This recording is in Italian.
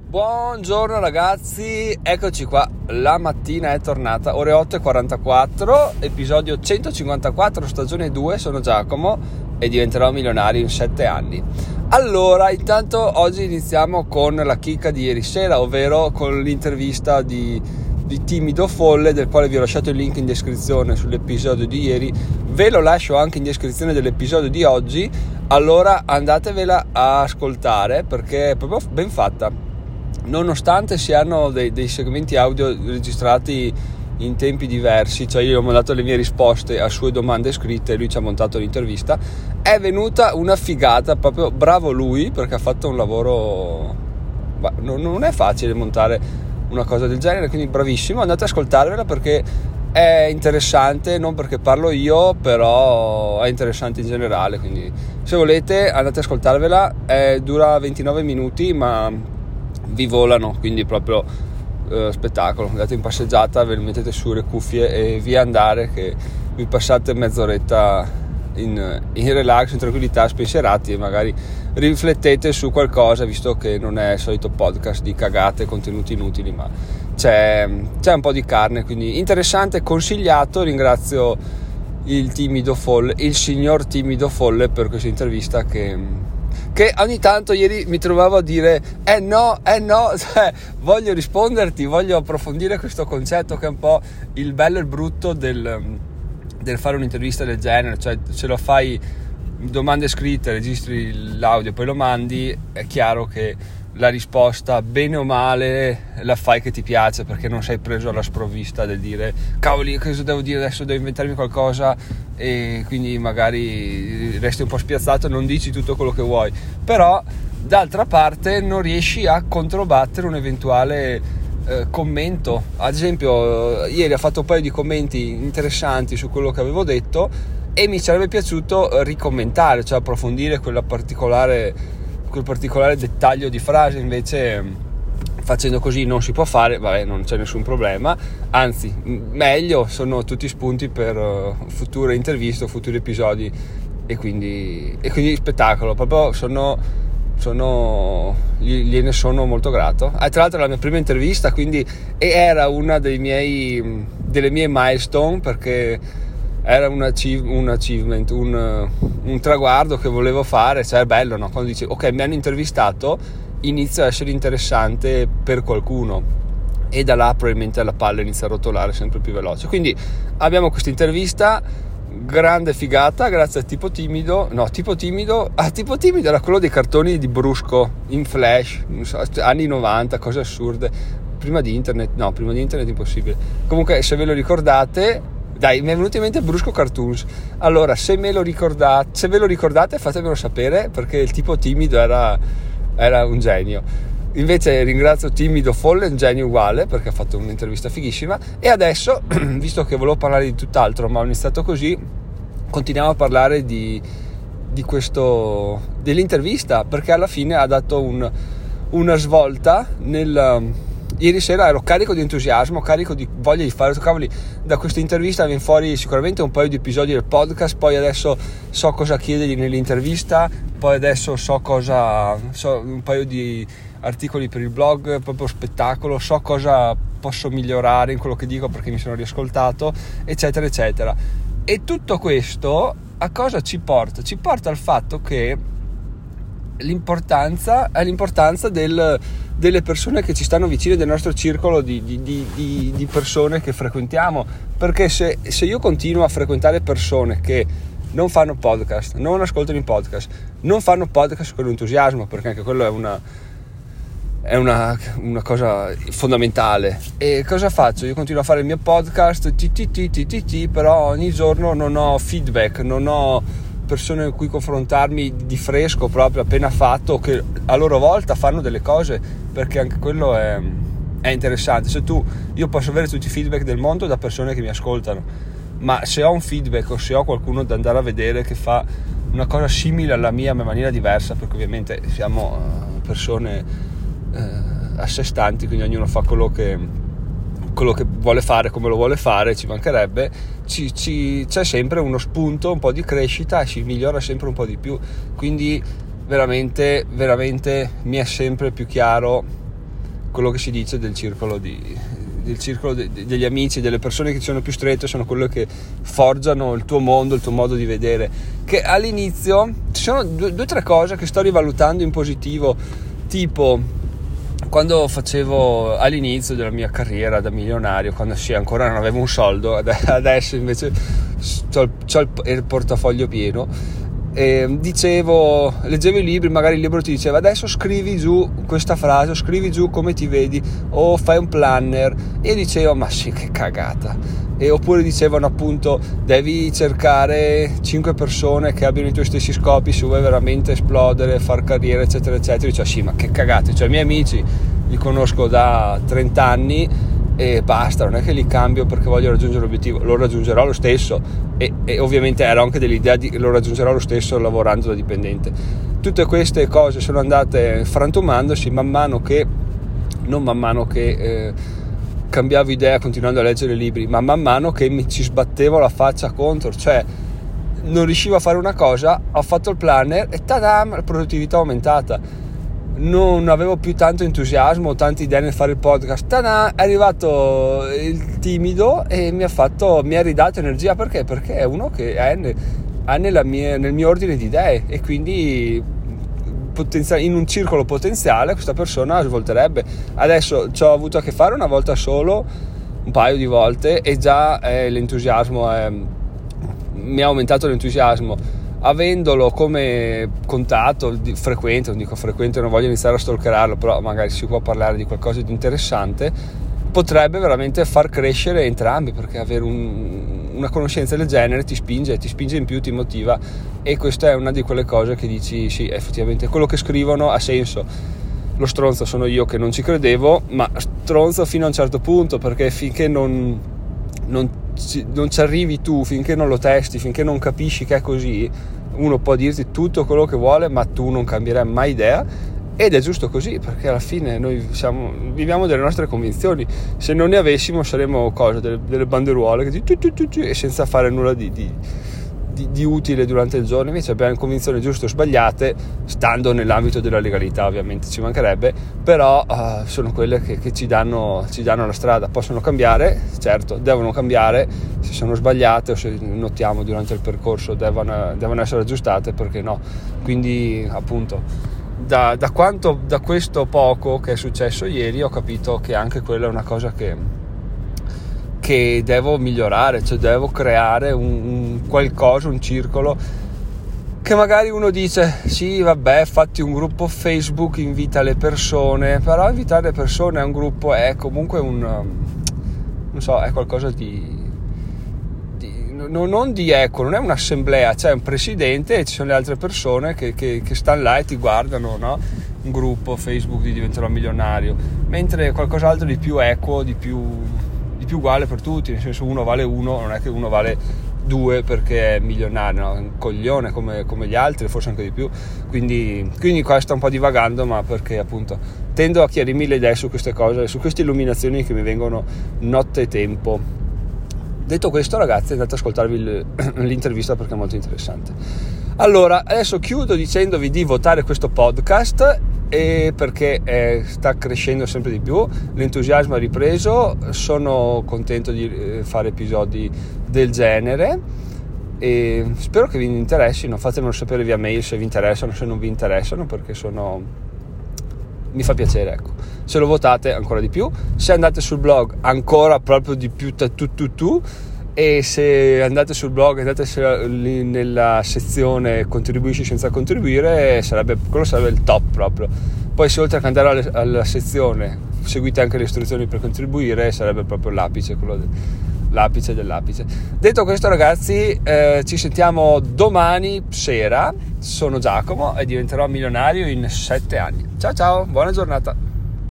Buongiorno ragazzi, eccoci qua, la mattina è tornata, ore 8:44, episodio 154, stagione 2, sono Giacomo e diventerò milionario in 7 anni. Allora, intanto oggi iniziamo con la chicca di ieri sera, ovvero con l'intervista di Timido Folle, del quale vi ho lasciato il link in descrizione sull'episodio di ieri, ve lo lascio anche in descrizione dell'episodio di oggi, allora andatevela a ascoltare perché è proprio ben fatta. Nonostante siano dei segmenti audio registrati in tempi diversi, cioè io ho mandato le mie risposte a sue domande scritte e lui ci ha montato l'intervista, è venuta una figata, proprio bravo lui, perché ha fatto un lavoro, non è facile montare una cosa del genere, quindi bravissimo, andate ad ascoltarvela perché è interessante, non perché parlo io, però è interessante in generale, quindi se volete andate ad ascoltarvela, dura 29 minuti ma vi volano, quindi proprio spettacolo. Andate in passeggiata, ve lo mettete su le cuffie e via andare, che vi passate mezz'oretta in relax, in tranquillità, spensierati, e magari riflettete su qualcosa, visto che non è il solito podcast di cagate, contenuti inutili, ma c'è un po' di carne, quindi interessante, consigliato. Ringrazio il signor Timido Folle per questa intervista che ogni tanto ieri mi trovavo a dire no, cioè, voglio risponderti, voglio approfondire questo concetto, che è un po' il bello e il brutto del fare un'intervista del genere, cioè se lo fai domande scritte, registri l'audio, poi lo mandi, è chiaro che la risposta bene o male la fai che ti piace, perché non sei preso alla sprovvista del dire cavoli, cosa devo dire adesso, devo inventarmi qualcosa, e quindi magari resti un po' spiazzato, non dici tutto quello che vuoi, però d'altra parte non riesci a controbattere un eventuale commento. Ad esempio ieri ha fatto un paio di commenti interessanti su quello che avevo detto e mi sarebbe piaciuto ricommentare, cioè approfondire quel particolare dettaglio di frase, invece facendo così non si può fare, vabbè, non c'è nessun problema, anzi meglio, sono tutti spunti per future interviste o futuri episodi, e quindi spettacolo, proprio gliene sono molto grato. Tra l'altro è la mia prima intervista, quindi era una delle mie milestone, perché era un achievement, un traguardo che volevo fare, cioè è bello, no? Quando dici ok, mi hanno intervistato, inizia a essere interessante per qualcuno, e da là probabilmente la palla inizia a rotolare sempre più veloce. Quindi abbiamo questa intervista, grande figata, grazie a Tipo Timido era quello dei cartoni di Brusco in flash, non so, anni 90, cose assurde, prima di internet impossibile. Comunque, se ve lo ricordate, dai, mi è venuto in mente Brusco Cartoons. Allora, se ve lo ricordate, fatemelo sapere, perché il Tipo Timido era un genio. Invece ringrazio Timido Folle, un genio uguale, perché ha fatto un'intervista fighissima. E adesso, visto che volevo parlare di tutt'altro, ma ho iniziato così, continuiamo a parlare di questo, dell'intervista, perché alla fine ha dato una svolta ieri sera ero carico di entusiasmo, carico di voglia di fare, cavoli, da questa intervista viene fuori sicuramente un paio di episodi del podcast, poi adesso so cosa chiedergli nell'intervista, poi adesso so un paio di articoli per il blog, proprio spettacolo, so cosa posso migliorare in quello che dico perché mi sono riascoltato, eccetera eccetera. E tutto questo a cosa ci porta? Ci porta al fatto che l'importanza delle persone che ci stanno vicine, del nostro circolo di persone che frequentiamo, perché se io continuo a frequentare persone che non fanno podcast, non ascoltano i podcast, non fanno podcast con entusiasmo, perché anche quello è una cosa fondamentale, e cosa faccio? Io continuo a fare il mio podcast, però ogni giorno non ho feedback, non ho persone con cui confrontarmi di fresco, proprio appena fatto, che a loro volta fanno delle cose, perché anche quello è interessante. Io posso avere tutti i feedback del mondo da persone che mi ascoltano, ma se ho un feedback o se ho qualcuno da andare a vedere che fa una cosa simile alla mia ma in maniera diversa, perché ovviamente siamo persone a sé stanti, quindi ognuno fa quello che vuole fare, come lo vuole fare, ci mancherebbe, c'è sempre uno spunto, un po' di crescita, e si migliora sempre un po' di più. Quindi veramente mi è sempre più chiaro quello che si dice del circolo degli amici, delle persone che ci sono più strette, sono quelle che forgiano il tuo mondo, il tuo modo di vedere. Che all'inizio ci sono due o tre cose che sto rivalutando in positivo, tipo quando facevo all'inizio della mia carriera da milionario, quando ancora non avevo un soldo, adesso invece c'ho il portafoglio pieno, leggevo i libri, magari il libro ti diceva adesso scrivi giù questa frase, o scrivi giù come ti vedi, o fai un planner, e io dicevo ma sì, che cagata. Oppure dicevano appunto devi cercare 5 persone che abbiano i tuoi stessi scopi se vuoi veramente esplodere, far carriera eccetera eccetera. Io dicevo sì, ma che cagate, cioè i miei amici li conosco da 30 anni e basta, non è che li cambio perché voglio raggiungere l'obiettivo, lo raggiungerò lo stesso, e ovviamente ero anche dell'idea di lo raggiungerò lo stesso lavorando da dipendente. Tutte queste cose sono andate frantumandosi man mano che cambiavo idea continuando a leggere libri, ma man mano che mi ci sbattevo la faccia contro, cioè non riuscivo a fare una cosa, ho fatto il planner e tada, la produttività è aumentata. Non avevo più tanto entusiasmo, tante idee nel fare il podcast, tada, è arrivato il timido e mi ha ridato energia. Perché è uno che è nel mio ordine di idee, e quindi in un circolo potenziale questa persona svolterebbe. Adesso ci ho avuto a che fare una volta solo, un paio di volte, e già l'entusiasmo mi ha aumentato l'entusiasmo, avendolo come contatto frequente. Non dico frequente, non voglio iniziare a stalkerarlo, però magari si può parlare di qualcosa di interessante, potrebbe veramente far crescere entrambi, perché avere una conoscenza del genere ti spinge in più, ti motiva, e questa è una di quelle cose che dici sì, effettivamente quello che scrivono ha senso. Lo stronzo sono io che non ci credevo, ma stronzo fino a un certo punto, perché finché non ci arrivi tu, finché non lo testi, finché non capisci che è così, uno può dirti tutto quello che vuole, ma tu non cambierai mai idea. Ed è giusto così, perché alla fine noi viviamo delle nostre convinzioni. Se non ne avessimo saremmo delle banderuole che e senza fare nulla di utile durante il giorno. Invece abbiamo convinzioni giuste o sbagliate, stando nell'ambito della legalità, ovviamente, ci mancherebbe, però sono quelle che ci danno la strada. Possono cambiare, certo, devono cambiare, se sono sbagliate o se notiamo durante il percorso devono essere aggiustate, perché no. Quindi appunto da questo poco che è successo ieri ho capito che anche quella è una cosa che devo migliorare, cioè devo creare un qualcosa, un circolo, che magari uno dice sì vabbè, fatti un gruppo Facebook, invita le persone, però invitare le persone a un gruppo è comunque è qualcosa non di eco, non è un'assemblea, c'è un presidente e ci sono le altre persone che stanno là e ti guardano, no? Un gruppo Facebook di Diventerò Milionario, mentre qualcos'altro di più equo, di più uguale per tutti, nel senso uno vale uno, non è che uno vale due perché è milionario, no? È un coglione come gli altri, forse anche di più. Quindi qua sto un po' divagando, ma perché appunto tendo a chiarirmi le idee su queste cose, su queste illuminazioni che mi vengono notte e tempo. Detto questo, ragazzi, andate ad ascoltarvi l'intervista perché è molto interessante. Allora, adesso chiudo dicendovi di votare questo podcast, e perché sta crescendo sempre di più, l'entusiasmo è ripreso, sono contento di fare episodi del genere e spero che vi interessino. Fatemelo sapere via mail se vi interessano, se non vi interessano, perché mi fa piacere, ecco. Se lo votate ancora di più, se andate sul blog ancora proprio di più e se andate sul blog, andate lì nella sezione contribuisci senza contribuire, quello sarebbe il top proprio. Poi se oltre a andare alla sezione seguite anche le istruzioni per contribuire, sarebbe proprio l'apice dell'apice. Detto questo, ragazzi, ci sentiamo domani sera. Sono Giacomo e diventerò milionario in 7 anni. Ciao, buona giornata.